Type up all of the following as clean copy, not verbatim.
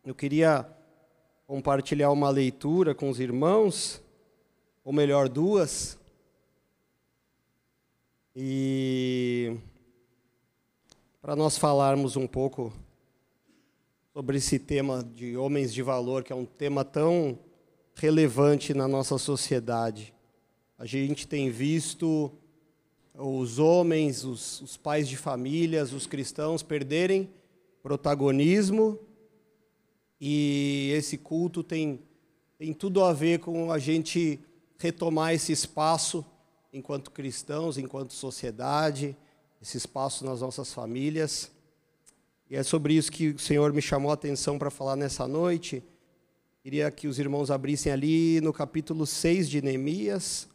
Eu queria compartilhar uma leitura com os irmãos, ou melhor, duas. E para nós falarmos um pouco sobre esse tema de homens de valor, que é um tema tão relevante na nossa sociedade. A gente tem visto os homens, os pais de famílias, os cristãos perderem protagonismo, e esse culto tem tudo a ver com a gente retomar esse espaço enquanto cristãos, enquanto sociedade, esse espaço nas nossas famílias. E é sobre isso que o Senhor me chamou a atenção para falar nessa noite. Queria que os irmãos abrissem ali no capítulo 6 de Neemias.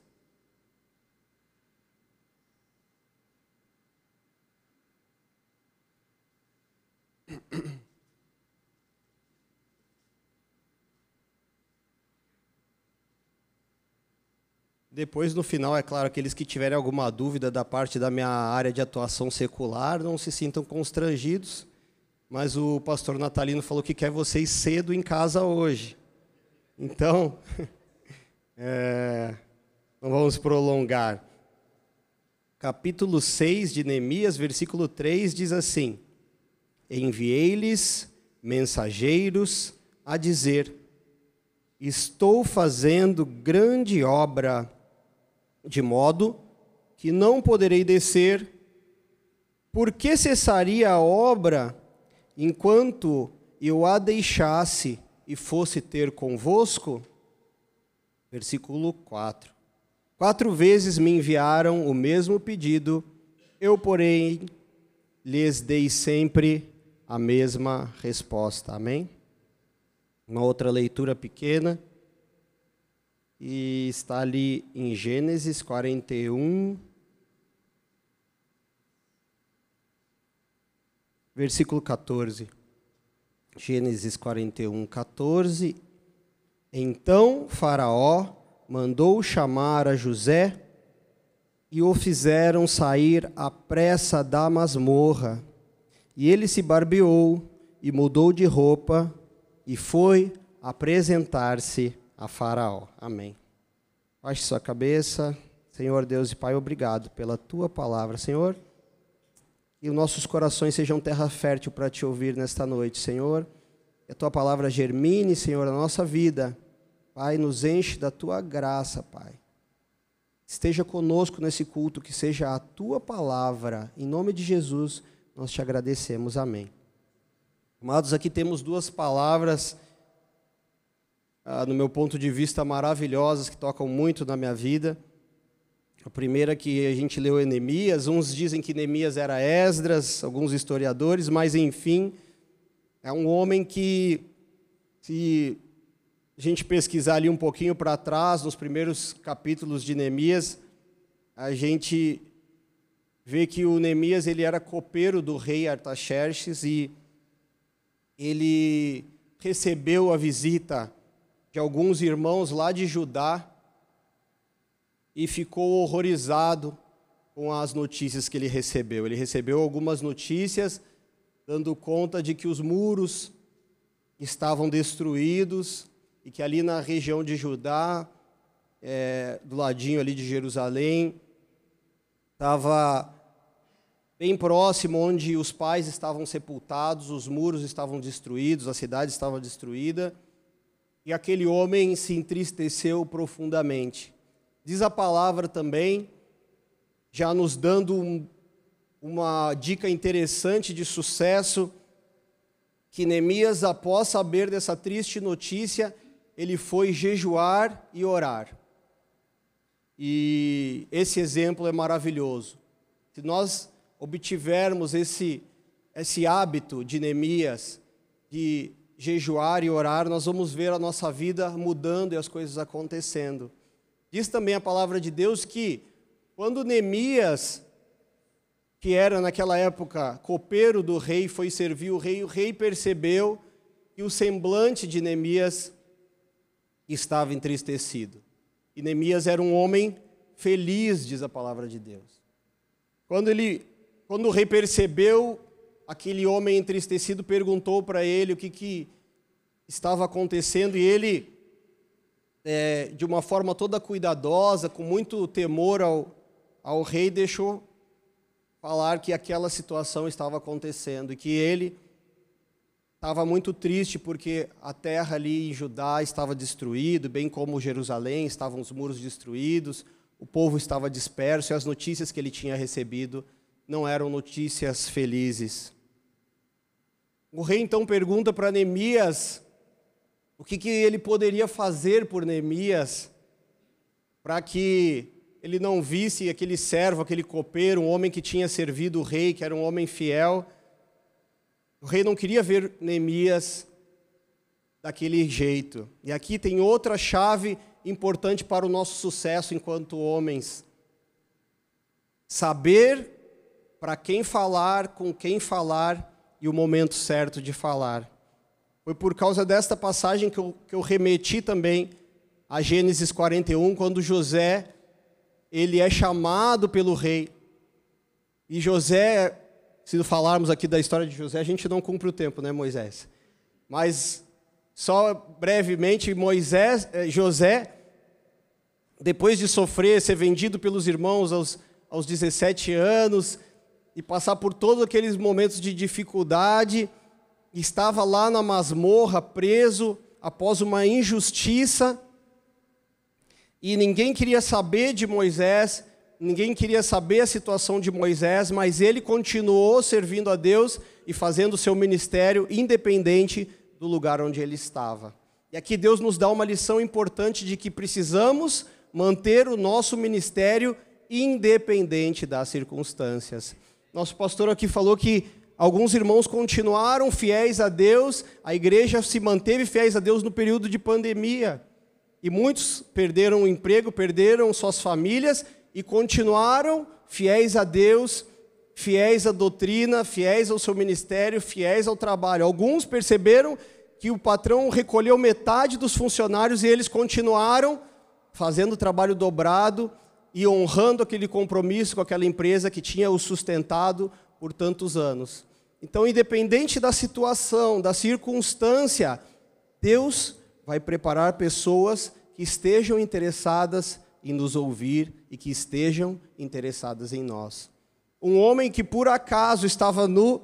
Depois, no final, é claro, aqueles que tiverem alguma dúvida da parte da minha área de atuação secular, não se sintam constrangidos, mas o pastor Natalino falou que quer vocês cedo em casa hoje. Então, não vamos prolongar. Capítulo 6 de Neemias, versículo 3, diz assim: Enviei-lhes mensageiros a dizer: Estou fazendo grande obra, de modo que não poderei descer. Por que cessaria a obra enquanto eu a deixasse e fosse ter convosco? Versículo 4. 4 vezes me enviaram o mesmo pedido, eu, porém, lhes dei sempre a mesma resposta. Amém? Uma outra leitura pequena. E está ali em Gênesis 41, versículo 14. Gênesis 41, 14. Então Faraó mandou chamar a José e o fizeram sair à pressa da masmorra. E ele se barbeou e mudou de roupa e foi apresentar-se a Faraó. Amém. Baixe sua cabeça. Senhor Deus e Pai, obrigado pela Tua palavra, Senhor. E os nossos corações sejam terra fértil para Te ouvir nesta noite, Senhor. Que a Tua palavra germine, Senhor, na nossa vida. Pai, nos enche da Tua graça, Pai. Esteja conosco nesse culto, que seja a Tua palavra. Em nome de Jesus, nós Te agradecemos. Amém. Amados, aqui temos duas palavras, no meu ponto de vista, maravilhosas, que tocam muito na minha vida. A primeira que a gente leu é Neemias. Uns dizem que Neemias era Esdras, alguns historiadores, mas enfim, é um homem que, se a gente pesquisar ali um pouquinho para trás, nos primeiros capítulos de Neemias, a gente vê que o Neemias ele era copeiro do rei Artaxerxes, e ele recebeu a visita de alguns irmãos lá de Judá e ficou horrorizado com as notícias que ele recebeu. Ele recebeu algumas notícias dando conta de que os muros estavam destruídos e que ali na região de Judá, do ladinho ali de Jerusalém, estava bem próximo onde os pais estavam sepultados, os muros estavam destruídos, a cidade estava destruída. E aquele homem se entristeceu profundamente. Diz a palavra também, já nos dando uma dica interessante de sucesso, que Neemias, após saber dessa triste notícia, ele foi jejuar e orar. E esse exemplo é maravilhoso. Se nós obtivermos esse hábito de Neemias, de jejuar e orar, nós vamos ver a nossa vida mudando e as coisas acontecendo. Diz também a palavra de Deus que, quando Neemias, que era naquela época copeiro do rei, foi servir o rei percebeu que o semblante de Neemias estava entristecido. E Neemias era um homem feliz, diz a palavra de Deus. Quando o rei percebeu aquele homem entristecido, perguntou para ele o que estava acontecendo e ele, de uma forma toda cuidadosa, com muito temor ao rei, deixou falar que aquela situação estava acontecendo e que ele estava muito triste porque a terra ali em Judá estava destruída, bem como Jerusalém, estavam os muros destruídos, o povo estava disperso e as notícias que ele tinha recebido não eram notícias felizes. O rei então pergunta para Neemias o que ele poderia fazer por Neemias para que ele não visse aquele servo, aquele copeiro, um homem que tinha servido o rei, que era um homem fiel. O rei não queria ver Neemias daquele jeito. E aqui tem outra chave importante para o nosso sucesso enquanto homens. Saber para quem falar, com quem falar e o momento certo de falar. Foi por causa desta passagem que eu remeti também a Gênesis 41, quando José, ele é chamado pelo rei. E José, se falarmos aqui da história de José, a gente não cumpre o tempo, né, Moisés? Mas, só brevemente, José, depois de sofrer, ser vendido pelos irmãos aos 17 anos, e passar por todos aqueles momentos de dificuldade, estava lá na masmorra, preso, após uma injustiça, e ninguém queria saber de Moisés, ninguém queria saber a situação de Moisés, mas ele continuou servindo a Deus e fazendo o seu ministério independente do lugar onde ele estava. E aqui Deus nos dá uma lição importante de que precisamos manter o nosso ministério independente das circunstâncias. Nosso pastor aqui falou que alguns irmãos continuaram fiéis a Deus, a igreja se manteve fiéis a Deus no período de pandemia. E muitos perderam o emprego, perderam suas famílias e continuaram fiéis a Deus, fiéis à doutrina, fiéis ao seu ministério, fiéis ao trabalho. Alguns perceberam que o patrão recolheu metade dos funcionários e eles continuaram fazendo o trabalho dobrado e honrando aquele compromisso com aquela empresa que tinha o sustentado por tantos anos. Então, independente da situação, da circunstância, Deus vai preparar pessoas que estejam interessadas em nos ouvir e que estejam interessadas em nós. Um homem que por acaso estava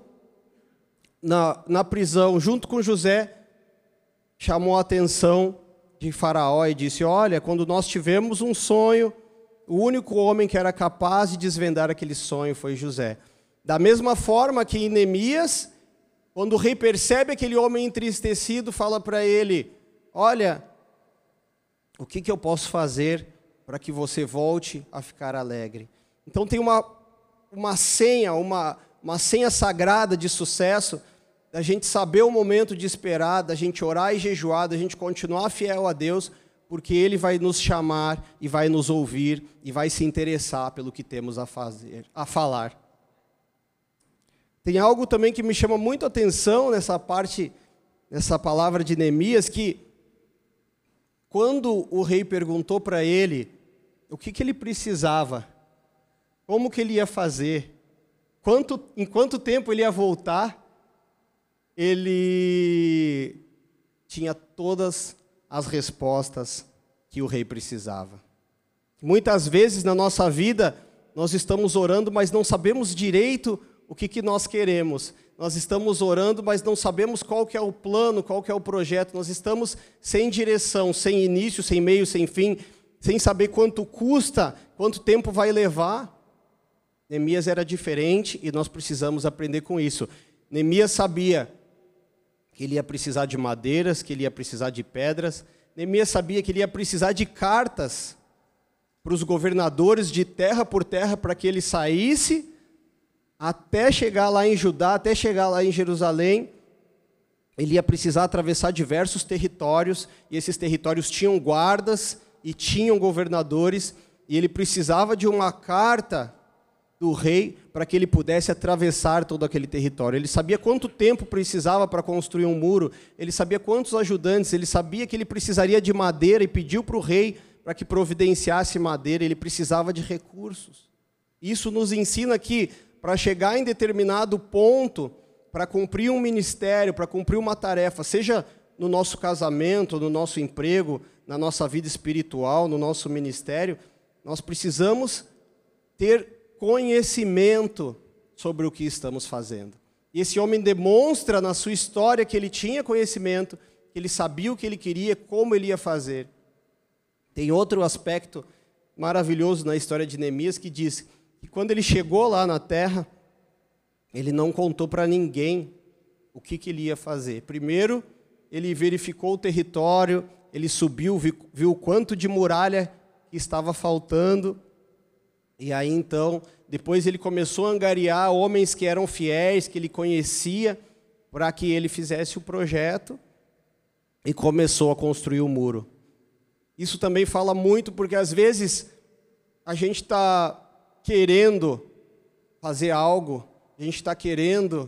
na prisão junto com José, chamou a atenção de Faraó e disse: olha, quando nós tivemos um sonho, o único homem que era capaz de desvendar aquele sonho foi José. Da mesma forma que em Neemias, quando o rei percebe aquele homem entristecido, fala para ele: olha, o que eu posso fazer para que você volte a ficar alegre? Então tem uma senha sagrada de sucesso, da gente saber o momento de esperar, da gente orar e jejuar, da gente continuar fiel a Deus, porque Ele vai nos chamar e vai nos ouvir e vai se interessar pelo que temos a falar. Tem algo também que me chama muito a atenção nessa palavra de Neemias, que quando o rei perguntou para ele o que ele precisava, como que ele ia fazer, em quanto tempo ele ia voltar, ele tinha todas as respostas que o rei precisava. Muitas vezes na nossa vida, nós estamos orando, mas não sabemos direito o que nós queremos. Nós estamos orando, mas não sabemos qual que é o plano, qual que é o projeto. Nós estamos sem direção, sem início, sem meio, sem fim, sem saber quanto custa, quanto tempo vai levar. Neemias era diferente e nós precisamos aprender com isso. Neemias sabia que ele ia precisar de madeiras, que ele ia precisar de pedras. Neemias sabia que ele ia precisar de cartas para os governadores de terra por terra para que ele saísse até chegar lá em Judá, até chegar lá em Jerusalém. Ele ia precisar atravessar diversos territórios, e esses territórios tinham guardas e tinham governadores, e ele precisava de uma carta do rei para que ele pudesse atravessar todo aquele território. Ele sabia quanto tempo precisava para construir um muro, ele sabia quantos ajudantes, ele sabia que ele precisaria de madeira e pediu para o rei para que providenciasse madeira, ele precisava de recursos. Isso nos ensina que para chegar em determinado ponto, para cumprir um ministério, para cumprir uma tarefa, seja no nosso casamento, no nosso emprego, na nossa vida espiritual, no nosso ministério, nós precisamos ter conhecimento sobre o que estamos fazendo. E esse homem demonstra na sua história que ele tinha conhecimento, que ele sabia o que ele queria, como ele ia fazer. Tem outro aspecto maravilhoso na história de Neemias que diz que quando ele chegou lá na terra, ele não contou para ninguém o que ele ia fazer. Primeiro, ele verificou o território, ele subiu, viu o quanto de muralha que estava faltando. E aí, então, depois ele começou a angariar homens que eram fiéis, que ele conhecia, para que ele fizesse o projeto e começou a construir o muro. Isso também fala muito, porque às vezes a gente está querendo fazer algo, a gente está querendo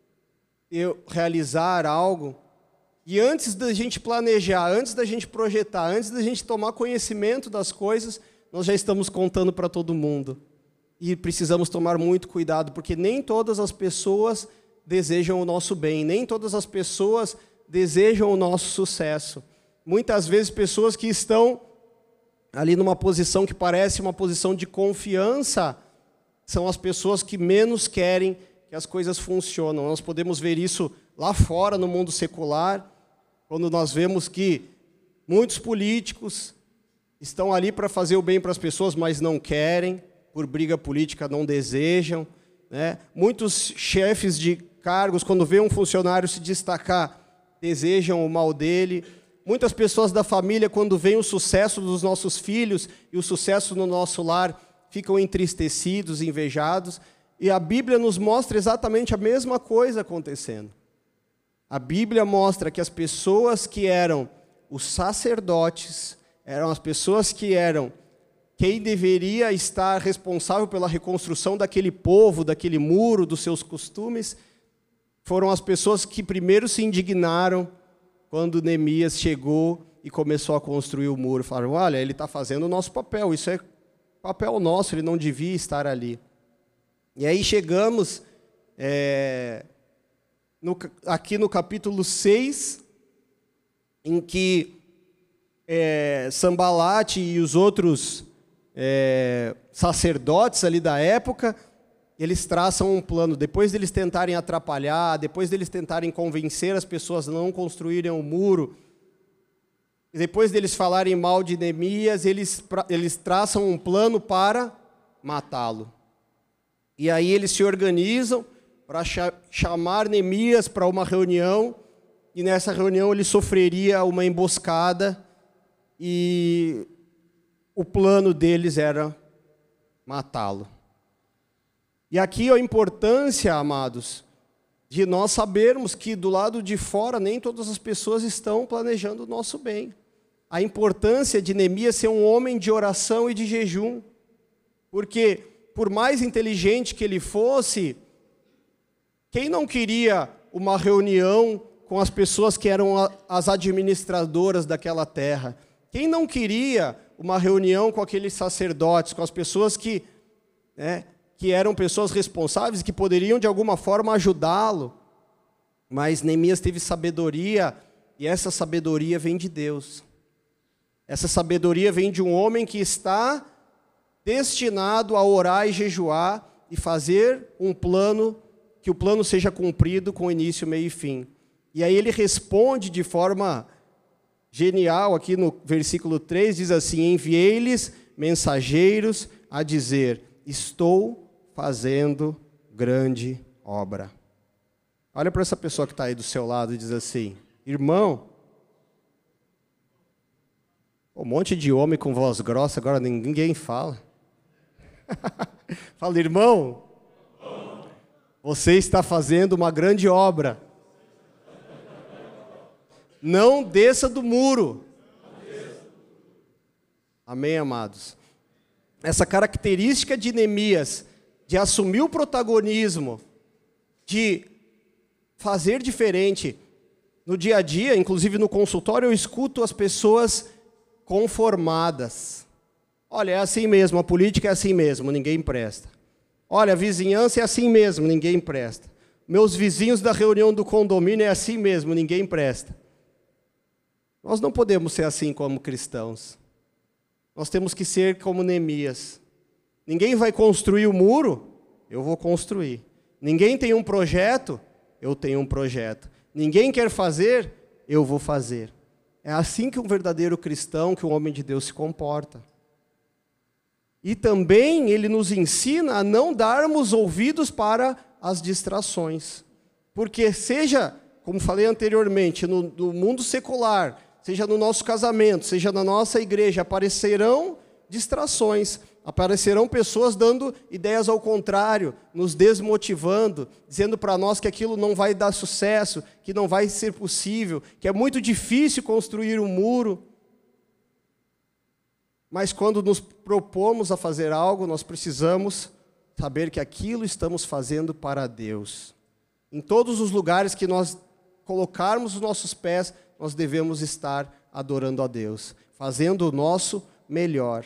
realizar algo, e antes da gente planejar, antes da gente projetar, antes da gente tomar conhecimento das coisas, nós já estamos contando para todo mundo. E precisamos tomar muito cuidado, porque nem todas as pessoas desejam o nosso bem, nem todas as pessoas desejam o nosso sucesso. Muitas vezes pessoas que estão ali numa posição que parece uma posição de confiança, são as pessoas que menos querem que as coisas funcionem. Nós podemos ver isso lá fora, no mundo secular, quando nós vemos que muitos políticos estão ali para fazer o bem para as pessoas, mas não querem, por briga política não desejam, né? Muitos chefes de cargos, quando vê um funcionário se destacar, desejam o mal dele. Muitas pessoas da família, quando veem o sucesso dos nossos filhos e o sucesso no nosso lar, ficam entristecidos, invejados. E a Bíblia nos mostra exatamente a mesma coisa acontecendo. A Bíblia mostra que as pessoas que eram os sacerdotes, eram as pessoas que eram quem deveria estar responsável pela reconstrução daquele povo, daquele muro, dos seus costumes, foram as pessoas que primeiro se indignaram quando Neemias chegou e começou a construir o muro. Falaram, olha, ele está fazendo o nosso papel, isso é papel nosso, ele não devia estar ali. E aí chegamos aqui no capítulo 6, em que Sambalate e os outros sacerdotes ali da época, eles traçam um plano. Depois deles tentarem atrapalhar, depois deles tentarem convencer as pessoas a não construírem o muro, depois deles falarem mal de Neemias, eles traçam um plano para matá-lo. E aí eles se organizam para chamar Neemias para uma reunião, e nessa reunião ele sofreria uma emboscada, e o plano deles era matá-lo. E aqui a importância, amados, de nós sabermos que do lado de fora nem todas as pessoas estão planejando o nosso bem. A importância de Neemias ser um homem de oração e de jejum, porque por mais inteligente que ele fosse, quem não queria uma reunião com as pessoas que eram as administradoras daquela terra? Quem não queria uma reunião com aqueles sacerdotes, com as pessoas que eram pessoas responsáveis, que poderiam de alguma forma ajudá-lo? Mas Neemias teve sabedoria, e essa sabedoria vem de Deus. Essa sabedoria vem de um homem que está destinado a orar e jejuar e fazer um plano, que o plano seja cumprido com início, meio e fim. E aí ele responde de forma genial, aqui no versículo 3, diz assim, enviei-lhes mensageiros a dizer, estou fazendo grande obra. Olha para essa pessoa que está aí do seu lado e diz assim, irmão, um monte de homem com voz grossa, agora ninguém fala. Fala, irmão, você está fazendo uma grande obra. Não desça do muro. Amém, amados? Essa característica de Neemias, de assumir o protagonismo, de fazer diferente no dia a dia, inclusive no consultório, eu escuto as pessoas conformadas. Olha, é assim mesmo, a política é assim mesmo, ninguém presta. Olha, a vizinhança é assim mesmo, ninguém presta. Meus vizinhos da reunião do condomínio é assim mesmo, ninguém presta. Nós não podemos ser assim como cristãos. Nós temos que ser como Neemias. Ninguém vai construir o muro, eu vou construir. Ninguém tem um projeto, eu tenho um projeto. Ninguém quer fazer, eu vou fazer. É assim que um verdadeiro cristão, que um homem de Deus se comporta. E também ele nos ensina a não darmos ouvidos para as distrações. Porque seja, como falei anteriormente, no mundo secular, seja no nosso casamento, seja na nossa igreja, aparecerão distrações, aparecerão pessoas dando ideias ao contrário, nos desmotivando, dizendo para nós que aquilo não vai dar sucesso, que não vai ser possível, que é muito difícil construir um muro. Mas quando nos propomos a fazer algo, nós precisamos saber que aquilo estamos fazendo para Deus. Em todos os lugares que nós colocarmos os nossos pés, nós devemos estar adorando a Deus, fazendo o nosso melhor.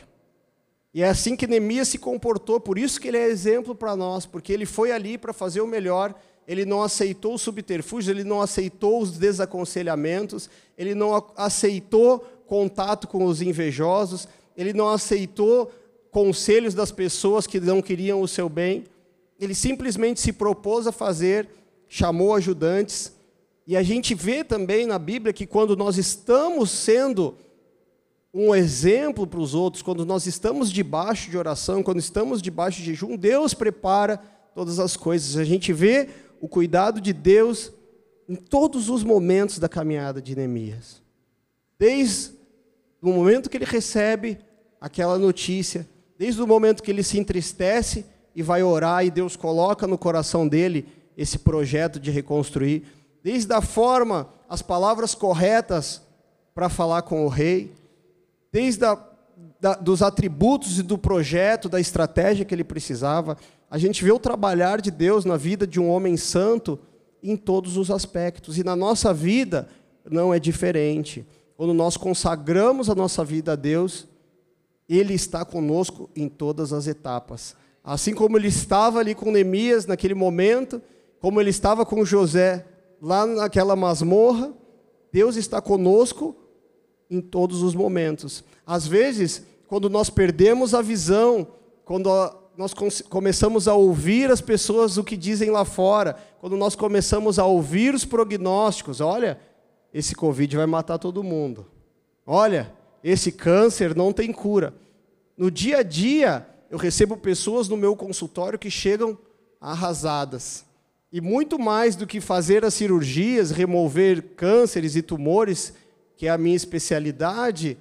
E é assim que Neemias se comportou, por isso que ele é exemplo para nós, porque ele foi ali para fazer o melhor, ele não aceitou os subterfúgios, ele não aceitou os desaconselhamentos, ele não aceitou contato com os invejosos, ele não aceitou conselhos das pessoas que não queriam o seu bem, ele simplesmente se propôs a fazer, chamou ajudantes, e a gente vê também na Bíblia que quando nós estamos sendo um exemplo para os outros, quando nós estamos debaixo de oração, quando estamos debaixo de jejum, Deus prepara todas as coisas. A gente vê o cuidado de Deus em todos os momentos da caminhada de Neemias. Desde o momento que ele recebe aquela notícia, desde o momento que ele se entristece e vai orar e Deus coloca no coração dele esse projeto de reconstruir, desde a forma, as palavras corretas para falar com o rei, desde dos atributos e do projeto, da estratégia que ele precisava, a gente vê o trabalhar de Deus na vida de um homem santo em todos os aspectos. E na nossa vida não é diferente. Quando nós consagramos a nossa vida a Deus, Ele está conosco em todas as etapas. Assim como Ele estava ali com Neemias naquele momento, como Ele estava com José lá naquela masmorra, Deus está conosco em todos os momentos. Às vezes, quando nós perdemos a visão, quando nós começamos a ouvir as pessoas o que dizem lá fora, quando nós começamos a ouvir os prognósticos, olha, esse Covid vai matar todo mundo. Olha, esse câncer não tem cura. No dia a dia, eu recebo pessoas no meu consultório que chegam arrasadas. E muito mais do que fazer as cirurgias, remover cânceres e tumores, que é a minha especialidade,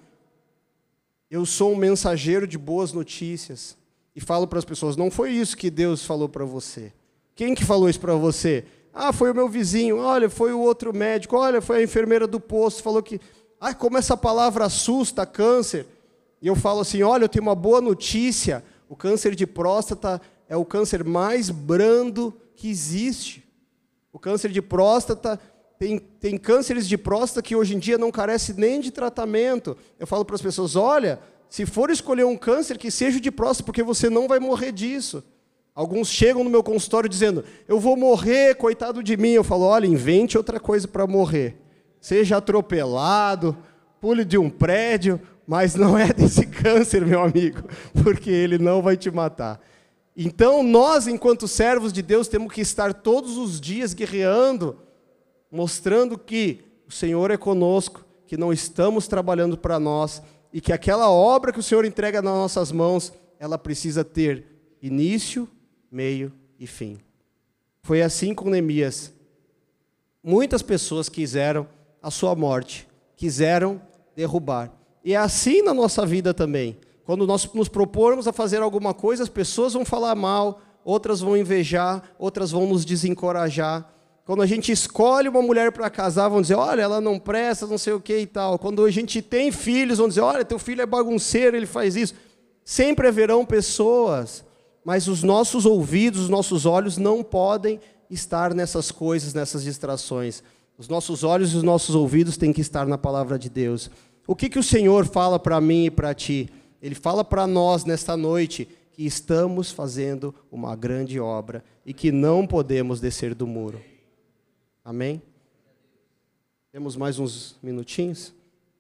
eu sou um mensageiro de boas notícias. E falo para as pessoas, não foi isso que Deus falou para você. Quem que falou isso para você? Ah, foi o meu vizinho, olha, foi o outro médico, olha, foi a enfermeira do posto, falou que... Ah, como essa palavra assusta, câncer. E eu falo assim, olha, eu tenho uma boa notícia, o câncer de próstata é o câncer mais brando que existe. O câncer de próstata... Tem cânceres de próstata que hoje em dia não carece nem de tratamento. Eu falo para as pessoas, olha, se for escolher um câncer, que seja de próstata, porque você não vai morrer disso. Alguns chegam no meu consultório dizendo, eu vou morrer, coitado de mim. Eu falo, olha, invente outra coisa para morrer. Seja atropelado, pule de um prédio, mas não é desse câncer, meu amigo, porque ele não vai te matar. Então, nós, enquanto servos de Deus, temos que estar todos os dias guerreando, mostrando que o Senhor é conosco, que não estamos trabalhando para nós, e que aquela obra que o Senhor entrega nas nossas mãos, ela precisa ter início, meio e fim. Foi assim com Neemias. Muitas pessoas quiseram a sua morte, quiseram derrubar. E é assim na nossa vida também. Quando nós nos propormos a fazer alguma coisa, as pessoas vão falar mal, outras vão invejar, outras vão nos desencorajar. Quando a gente escolhe uma mulher para casar, vão dizer, olha, ela não presta, não sei o que e tal. Quando a gente tem filhos, vão dizer, olha, teu filho é bagunceiro, ele faz isso. Sempre haverão pessoas, mas os nossos ouvidos, os nossos olhos não podem estar nessas coisas, nessas distrações. Os nossos olhos e os nossos ouvidos têm que estar na palavra de Deus. O que o Senhor fala para mim e para ti? Ele fala para nós nesta noite que estamos fazendo uma grande obra e que não podemos descer do muro. Amém? Temos mais uns minutinhos?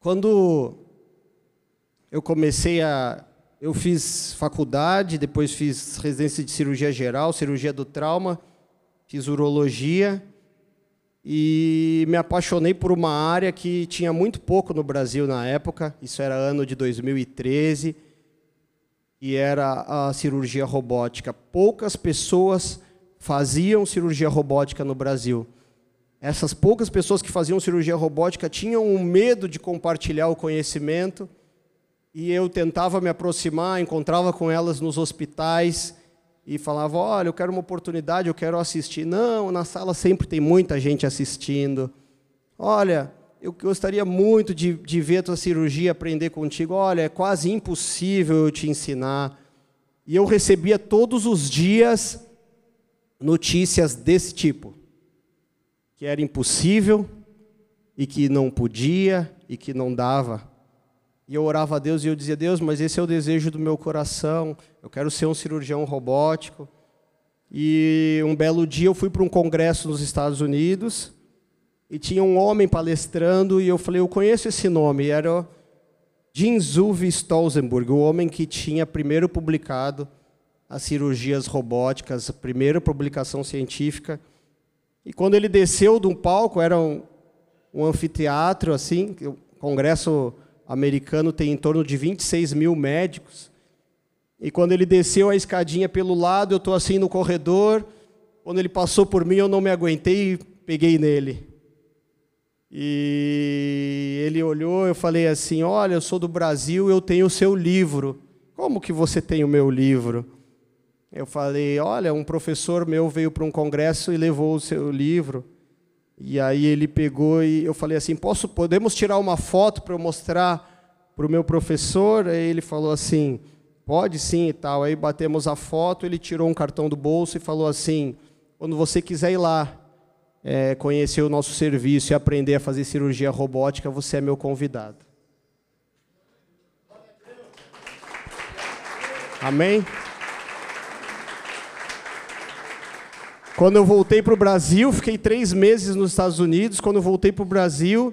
Quando eu fiz faculdade, depois fiz residência de cirurgia geral, cirurgia do trauma, fiz urologia e me apaixonei por uma área que tinha muito pouco no Brasil na época, isso era ano de 2013, e era a cirurgia robótica. Poucas pessoas faziam cirurgia robótica no Brasil. Essas poucas pessoas que faziam cirurgia robótica tinham um medo de compartilhar o conhecimento, e eu tentava me aproximar, encontrava com elas nos hospitais e falava, olha, eu quero uma oportunidade, eu quero assistir. Não, na sala sempre tem muita gente assistindo. Olha, eu gostaria muito de ver a tua cirurgia, aprender contigo. Olha, é quase impossível eu te ensinar. E eu recebia todos os dias notícias desse tipo, que era impossível, e que não podia, e que não dava. E eu orava a Deus e eu dizia, Deus, mas esse é o desejo do meu coração, eu quero ser um cirurgião robótico. E um belo dia eu fui para um congresso nos Estados Unidos, e tinha um homem palestrando, e eu falei, eu conheço esse nome, era Jim Zuvi Stolzenberg, o homem que tinha primeiro publicado as cirurgias robóticas, a primeira publicação científica. E quando ele desceu de um palco, era um anfiteatro, assim, o congresso americano tem em torno de 26 mil médicos. E quando ele desceu a escadinha pelo lado, eu estou assim no corredor, quando ele passou por mim, eu não me aguentei e peguei nele. E ele olhou, eu falei assim, olha, eu sou do Brasil, eu tenho o seu livro. Como que você tem o meu livro? Eu falei, olha, um professor meu veio para um congresso e levou o seu livro. E aí ele pegou e eu falei assim, podemos tirar uma foto para eu mostrar para o meu professor? Aí ele falou assim, pode sim e tal. Aí batemos a foto, ele tirou um cartão do bolso e falou assim, quando você quiser ir lá conhecer o nosso serviço e aprender a fazer cirurgia robótica, você é meu convidado. Amém? Quando eu voltei para o Brasil, fiquei 3 meses nos Estados Unidos. Quando eu voltei para o Brasil,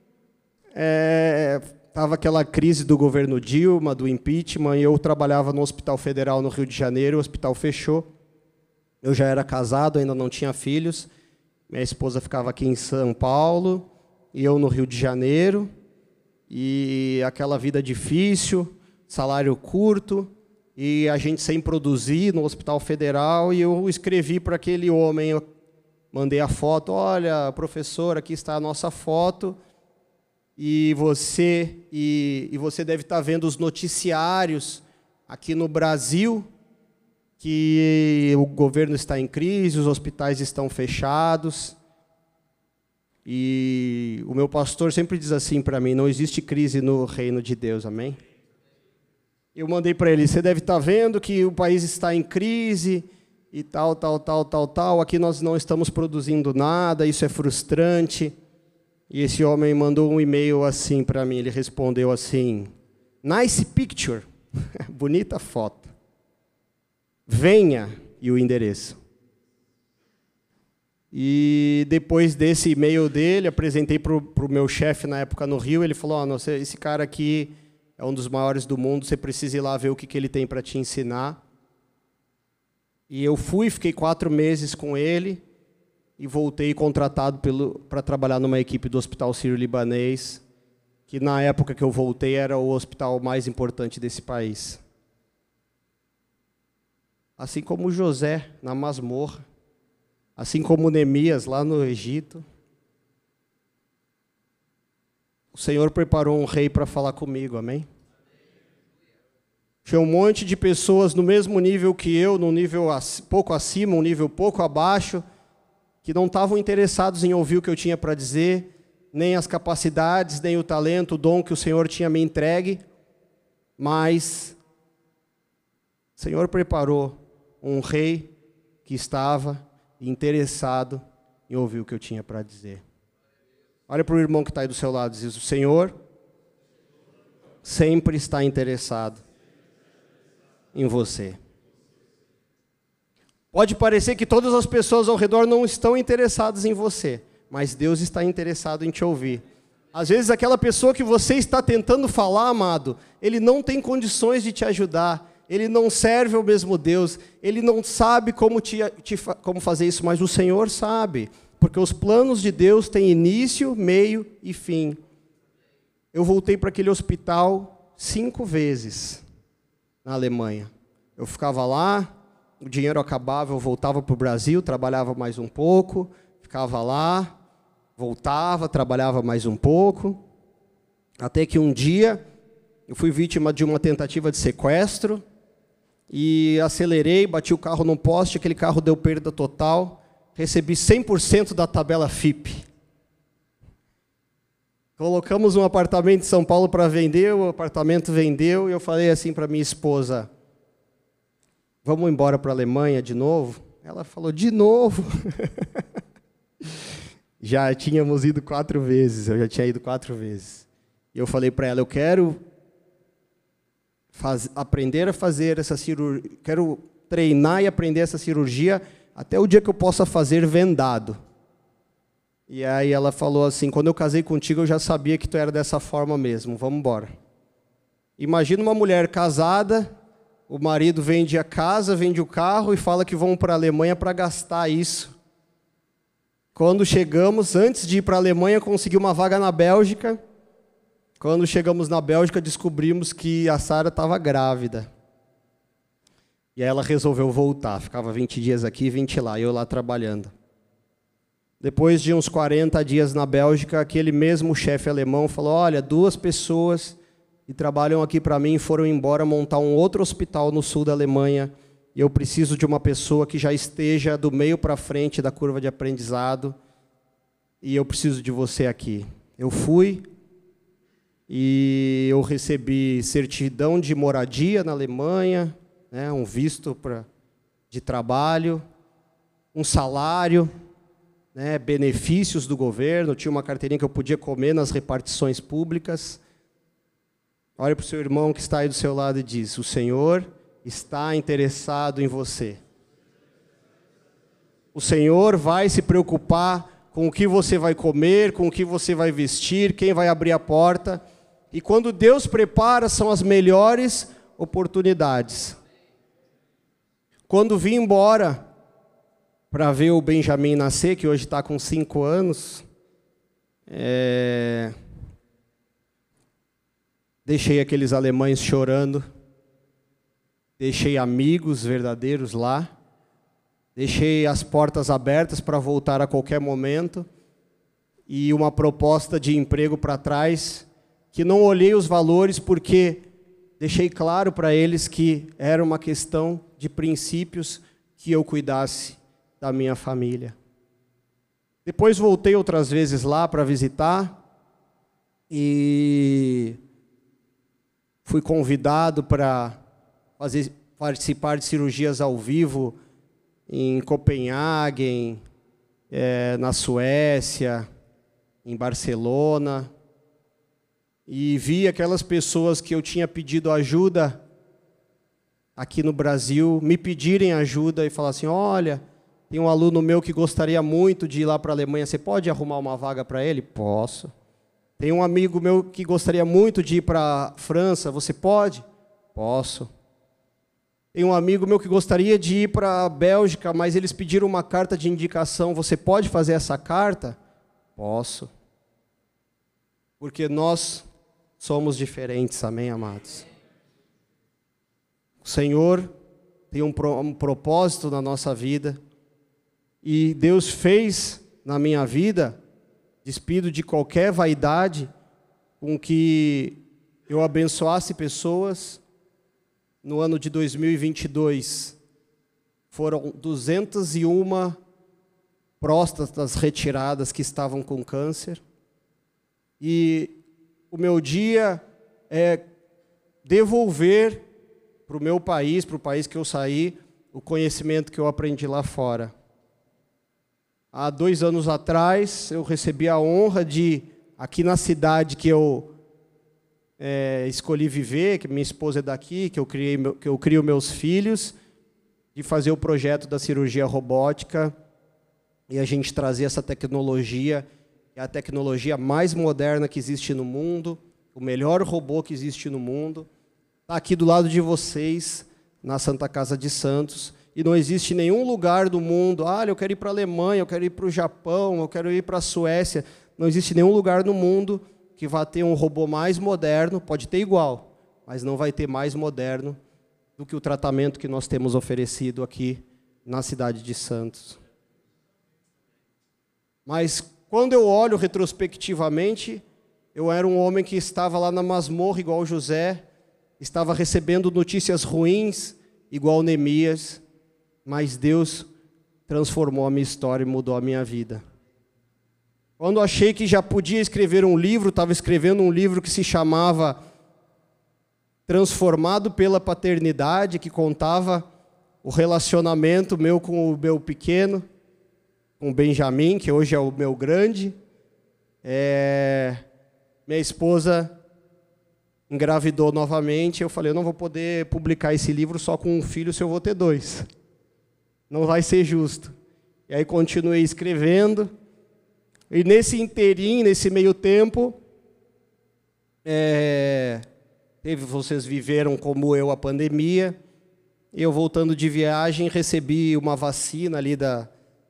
estava aquela crise do governo Dilma, do impeachment, e eu trabalhava no Hospital Federal no Rio de Janeiro, o hospital fechou. Eu já era casado, ainda não tinha filhos. Minha esposa ficava aqui em São Paulo, e eu no Rio de Janeiro. E aquela vida difícil, salário curto, e a gente sem produzir no Hospital Federal, e eu escrevi para aquele homem, eu mandei a foto, olha, professor, aqui está a nossa foto, e você deve estar vendo os noticiários aqui no Brasil, que o governo está em crise, os hospitais estão fechados, e o meu pastor sempre diz assim para mim, não existe crise no reino de Deus, amém? Eu mandei para ele, você deve estar vendo que o país está em crise e tal, aqui nós não estamos produzindo nada, isso é frustrante. E esse homem mandou um e-mail assim para mim, ele respondeu assim, nice picture, bonita foto, venha, e o endereço. E depois desse e-mail dele, apresentei para o meu chefe na época no Rio, ele falou, oh, esse cara aqui é um dos maiores do mundo, você precisa ir lá ver o que ele tem para te ensinar. E eu fui, fiquei 4 meses com ele e voltei contratado para trabalhar numa equipe do Hospital Sírio-Libanês, que na época que eu voltei era o hospital mais importante desse país. Assim como José na masmorra, assim como Neemias lá no Egito, o Senhor preparou um rei para falar comigo, amém? Tinha um monte de pessoas no mesmo nível que eu, num nível pouco acima, um nível pouco abaixo, que não estavam interessados em ouvir o que eu tinha para dizer, nem as capacidades, nem o talento, o dom que o Senhor tinha me entregue, mas o Senhor preparou um rei que estava interessado em ouvir o que eu tinha para dizer. Olha para o irmão que está aí do seu lado e diz, o Senhor sempre está interessado em você. Pode parecer que todas as pessoas ao redor não estão interessadas em você, mas Deus está interessado em te ouvir. Às vezes aquela pessoa que você está tentando falar, amado, ele não tem condições de te ajudar, ele não serve ao mesmo Deus, ele não sabe como fazer isso, mas o Senhor sabe, porque os planos de Deus têm início, meio e fim. Eu voltei para aquele hospital 5 vezes na Alemanha. Eu ficava lá, o dinheiro acabava, eu voltava para o Brasil, trabalhava mais um pouco, ficava lá, voltava, trabalhava mais um pouco, até que um dia eu fui vítima de uma tentativa de sequestro e acelerei, bati o carro num poste, aquele carro deu perda total, recebi 100% da tabela FIP. Colocamos um apartamento em São Paulo para vender, o apartamento vendeu, e eu falei assim para minha esposa, vamos embora para a Alemanha de novo? Ela falou, de novo? Já tínhamos ido 4 vezes, eu já tinha ido 4 vezes. E eu falei para ela, eu quero aprender a fazer essa cirurgia, quero treinar e aprender essa cirurgia até o dia que eu possa fazer vendado. E aí ela falou assim, quando eu casei contigo eu já sabia que tu era dessa forma mesmo, vamos embora. Imagina uma mulher casada, o marido vende a casa, vende o carro e fala que vão para a Alemanha para gastar isso. Quando chegamos, antes de ir para a Alemanha, consegui uma vaga na Bélgica. Quando chegamos na Bélgica, descobrimos que a Sara estava grávida. E aí ela resolveu voltar, ficava 20 dias aqui, 20 lá, e eu lá trabalhando. Depois de uns 40 dias na Bélgica, aquele mesmo chefe alemão falou, olha, 2 pessoas que trabalham aqui para mim foram embora montar um outro hospital no sul da Alemanha, e eu preciso de uma pessoa que já esteja do meio para frente da curva de aprendizado, e eu preciso de você aqui. Eu fui, e eu recebi certidão de moradia na Alemanha, né, um visto de trabalho, um salário, né, benefícios do governo, tinha uma carteirinha que eu podia comer nas repartições públicas. Olha para o seu irmão que está aí do seu lado e diz, o Senhor está interessado em você. O Senhor vai se preocupar com o que você vai comer, com o que você vai vestir, quem vai abrir a porta. E quando Deus prepara, são as melhores oportunidades. Quando vim embora para ver o Benjamin nascer, que hoje está com 5 anos, deixei aqueles alemães chorando, deixei amigos verdadeiros lá, deixei as portas abertas para voltar a qualquer momento, e uma proposta de emprego para trás, que não olhei os valores porque deixei claro para eles que era uma questão de princípios que eu cuidasse da minha família. Depois voltei outras vezes lá para visitar e fui convidado para participar de cirurgias ao vivo em Copenhague, na Suécia, em Barcelona, e vi aquelas pessoas que eu tinha pedido ajuda aqui no Brasil, me pedirem ajuda e falar assim, olha, tem um aluno meu que gostaria muito de ir lá para a Alemanha, você pode arrumar uma vaga para ele? Posso. Tem um amigo meu que gostaria muito de ir para a França, você pode? Posso. Tem um amigo meu que gostaria de ir para a Bélgica, mas eles pediram uma carta de indicação, você pode fazer essa carta? Posso. Porque nós somos diferentes, amém, amados? O Senhor tem um propósito na nossa vida, e Deus fez na minha vida, despido de qualquer vaidade, com que eu abençoasse pessoas. No ano de 2022, foram 201 próstatas retiradas que estavam com câncer. E o meu dia é devolver para o meu país, para o país que eu saí, o conhecimento que eu aprendi lá fora. Há 2 anos atrás, eu recebi a honra de, aqui na cidade que eu escolhi viver, que minha esposa é daqui, que eu crio meus filhos, de fazer o projeto da cirurgia robótica, e a gente trazer essa tecnologia que é a tecnologia mais moderna que existe no mundo, o melhor robô que existe no mundo, está aqui do lado de vocês, na Santa Casa de Santos, e não existe nenhum lugar do mundo, eu quero ir para a Alemanha, eu quero ir para o Japão, eu quero ir para a Suécia, não existe nenhum lugar no mundo que vá ter um robô mais moderno, pode ter igual, mas não vai ter mais moderno do que o tratamento que nós temos oferecido aqui na cidade de Santos. Mas quando eu olho retrospectivamente, eu era um homem que estava lá na masmorra igual José, estava recebendo notícias ruins igual Neemias, mas Deus transformou a minha história e mudou a minha vida. Quando achei que já podia escrever um livro, estava escrevendo um livro que se chamava Transformado pela Paternidade, que contava o relacionamento meu com o meu pequeno, com o Benjamin, que hoje é o meu grande. Minha esposa engravidou novamente. Eu falei, eu não vou poder publicar esse livro só com um filho se eu vou ter 2. Não vai ser justo. E aí continuei escrevendo. E nesse inteirinho, nesse meio tempo, vocês viveram como eu a pandemia. Eu, voltando de viagem, recebi uma vacina ali da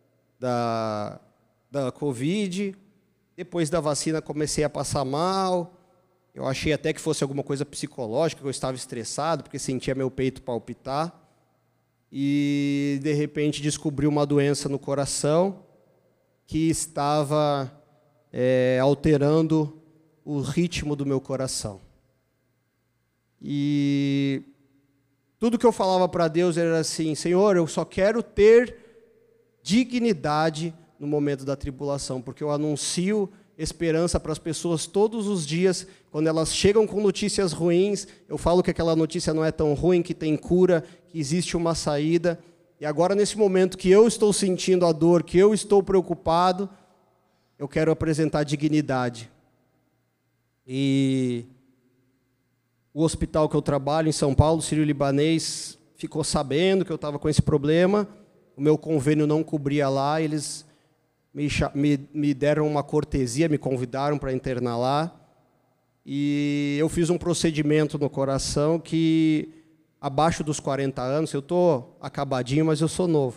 Covid. Depois da vacina, comecei a passar mal. Eu achei até que fosse alguma coisa psicológica, que eu estava estressado, porque sentia meu peito palpitar. E, de repente, descobri uma doença no coração que estava alterando o ritmo do meu coração. E tudo que eu falava para Deus era assim, Senhor, eu só quero ter dignidade no momento da tribulação, porque eu anuncio esperança para as pessoas todos os dias. Quando elas chegam com notícias ruins, eu falo que aquela notícia não é tão ruim, que tem cura, que existe uma saída. E agora, nesse momento que eu estou sentindo a dor, que eu estou preocupado, eu quero apresentar dignidade. E o hospital que eu trabalho em São Paulo, Sírio-Libanês, ficou sabendo que eu estava com esse problema. O meu convênio não cobria lá, eles me deram uma cortesia, me convidaram para internar lá. E eu fiz um procedimento no coração que, abaixo dos 40 anos, eu estou acabadinho, mas eu sou novo.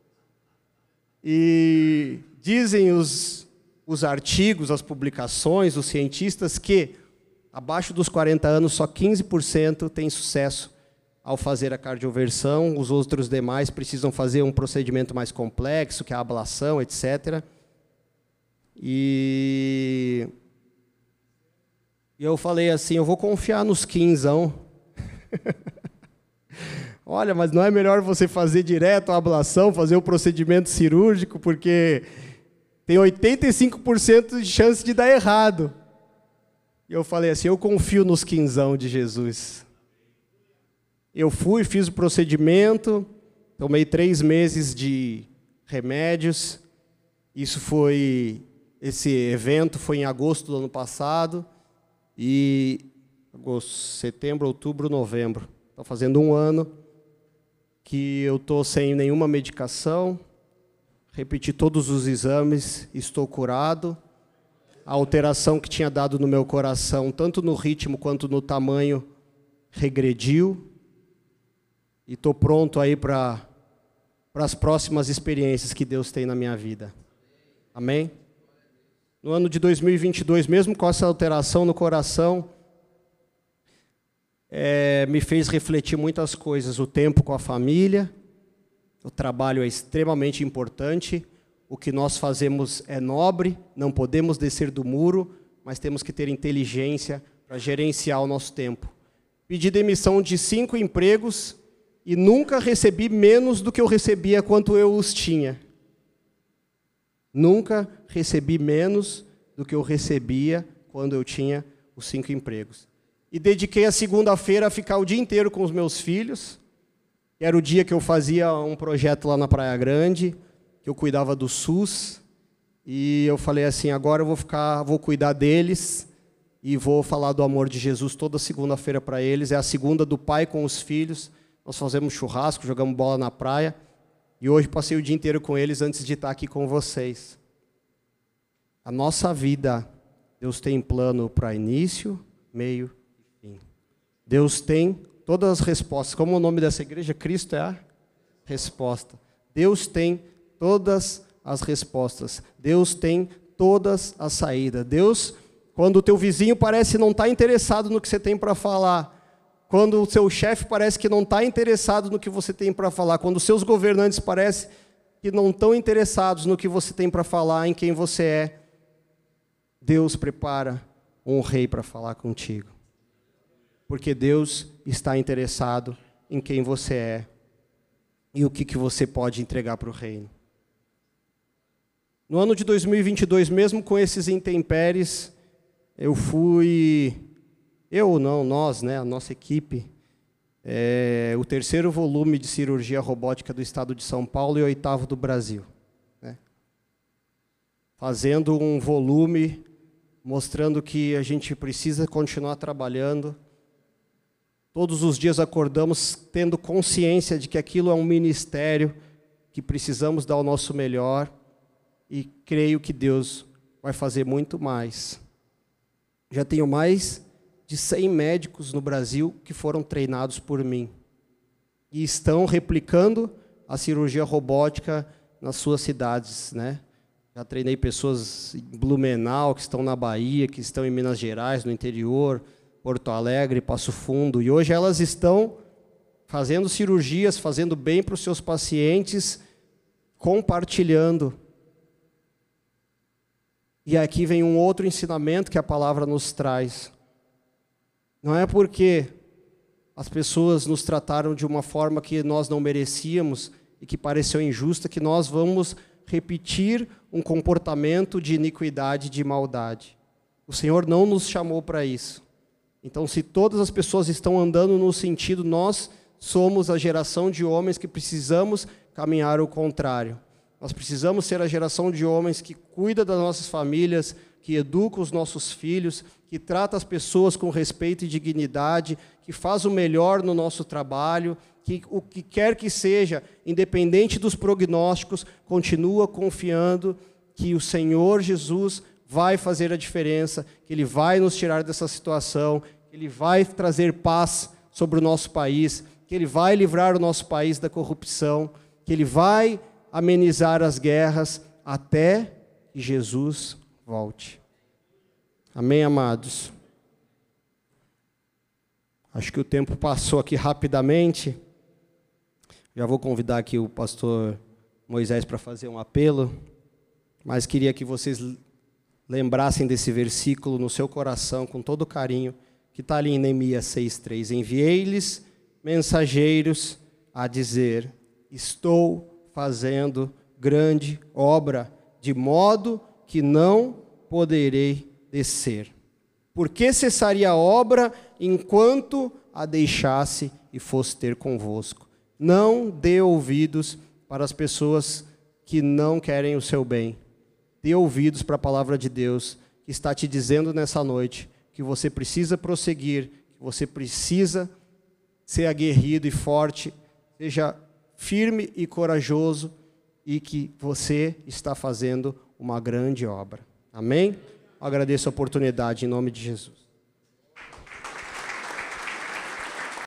E dizem os artigos, as publicações, os cientistas, que abaixo dos 40 anos, só 15% tem sucesso ao fazer a cardioversão. Os outros demais precisam fazer um procedimento mais complexo, que é a ablação, etc. E eu falei assim, eu vou confiar nos 15. Olha, mas não é melhor você fazer direto a ablação, fazer o procedimento cirúrgico, porque tem 85% de chance de dar errado. E eu falei assim, eu confio nos 15 de Jesus. Eu fui, fiz o procedimento, tomei 3 meses de remédios. Esse evento foi em agosto do ano passado. E setembro, outubro, novembro. Está fazendo 1 ano que eu estou sem nenhuma medicação. Repeti todos os exames, estou curado. A alteração que tinha dado no meu coração, tanto no ritmo quanto no tamanho, regrediu. E estou pronto aí para as próximas experiências que Deus tem na minha vida. Amém? No ano de 2022, mesmo com essa alteração no coração, me fez refletir muitas coisas. O tempo com a família, o trabalho é extremamente importante, o que nós fazemos é nobre, não podemos descer do muro, mas temos que ter inteligência para gerenciar o nosso tempo. Pedi demissão de 5 empregos e nunca recebi menos do que eu recebia quanto eu os tinha. Nunca recebi menos do que eu recebia quando eu tinha os 5 empregos. E dediquei a segunda-feira a ficar o dia inteiro com os meus filhos. Era o dia que eu fazia um projeto lá na Praia Grande, que eu cuidava do SUS. E eu falei assim, agora eu vou cuidar deles e vou falar do amor de Jesus toda segunda-feira para eles. É a segunda do pai com os filhos. Nós fazemos churrasco, jogamos bola na praia. E hoje passei o dia inteiro com eles antes de estar aqui com vocês. A nossa vida, Deus tem plano para início, meio e fim. Deus tem todas as respostas. Como o nome dessa igreja? Cristo é a resposta. Deus tem todas as respostas. Deus tem todas as saídas. Deus, quando o teu vizinho parece não estar interessado no que você tem para falar, quando o seu chefe parece que não está interessado no que você tem para falar, quando os seus governantes parecem que não estão interessados no que você tem para falar, em quem você é, Deus prepara um rei para falar contigo. Porque Deus está interessado em quem você é e o que você pode entregar para o reino. No ano de 2022, mesmo com esses intempéries, nós, a nossa equipe, o terceiro volume de cirurgia robótica do estado de São Paulo e o 8º do Brasil. Né? Fazendo um volume, mostrando que a gente precisa continuar trabalhando. Todos os dias acordamos tendo consciência de que aquilo é um ministério, que precisamos dar o nosso melhor, e creio que Deus vai fazer muito mais. Já tenho mais de 100 médicos no Brasil que foram treinados por mim e estão replicando a cirurgia robótica nas suas cidades, né? Já treinei pessoas em Blumenau, que estão na Bahia, que estão em Minas Gerais, no interior, Porto Alegre, Passo Fundo, e hoje elas estão fazendo cirurgias, fazendo bem para os seus pacientes, compartilhando. E aqui vem um outro ensinamento que a palavra nos traz. Não é porque as pessoas nos trataram de uma forma que nós não merecíamos e que pareceu injusta que nós vamos repetir um comportamento de iniquidade, de maldade. O Senhor não nos chamou para isso. Então, se todas as pessoas estão andando no sentido, nós somos a geração de homens que precisamos caminhar o contrário. Nós precisamos ser a geração de homens que cuida das nossas famílias, que educa os nossos filhos, que trata as pessoas com respeito e dignidade, que faz o melhor no nosso trabalho, que o que quer que seja, independente dos prognósticos, continua confiando que o Senhor Jesus vai fazer a diferença, que Ele vai nos tirar dessa situação, que Ele vai trazer paz sobre o nosso país, que Ele vai livrar o nosso país da corrupção, que Ele vai amenizar as guerras até que Jesus volte. Amém, amados? Acho que o tempo passou aqui rapidamente. Já vou convidar aqui o pastor Moisés para fazer um apelo, mas queria que vocês lembrassem desse versículo no seu coração, com todo carinho, que está ali em Neemias 6,3. Enviei-lhes mensageiros a dizer: estou fazendo grande obra, de modo que não poderei descer. Por que cessaria a obra enquanto a deixasse e fosse ter convosco? Não dê ouvidos para as pessoas que não querem o seu bem. Dê ouvidos para a palavra de Deus, que está te dizendo nessa noite que você precisa prosseguir, que você precisa ser aguerrido e forte, seja firme e corajoso, e que você está fazendo uma grande obra. Amém? Agradeço a oportunidade em nome de Jesus.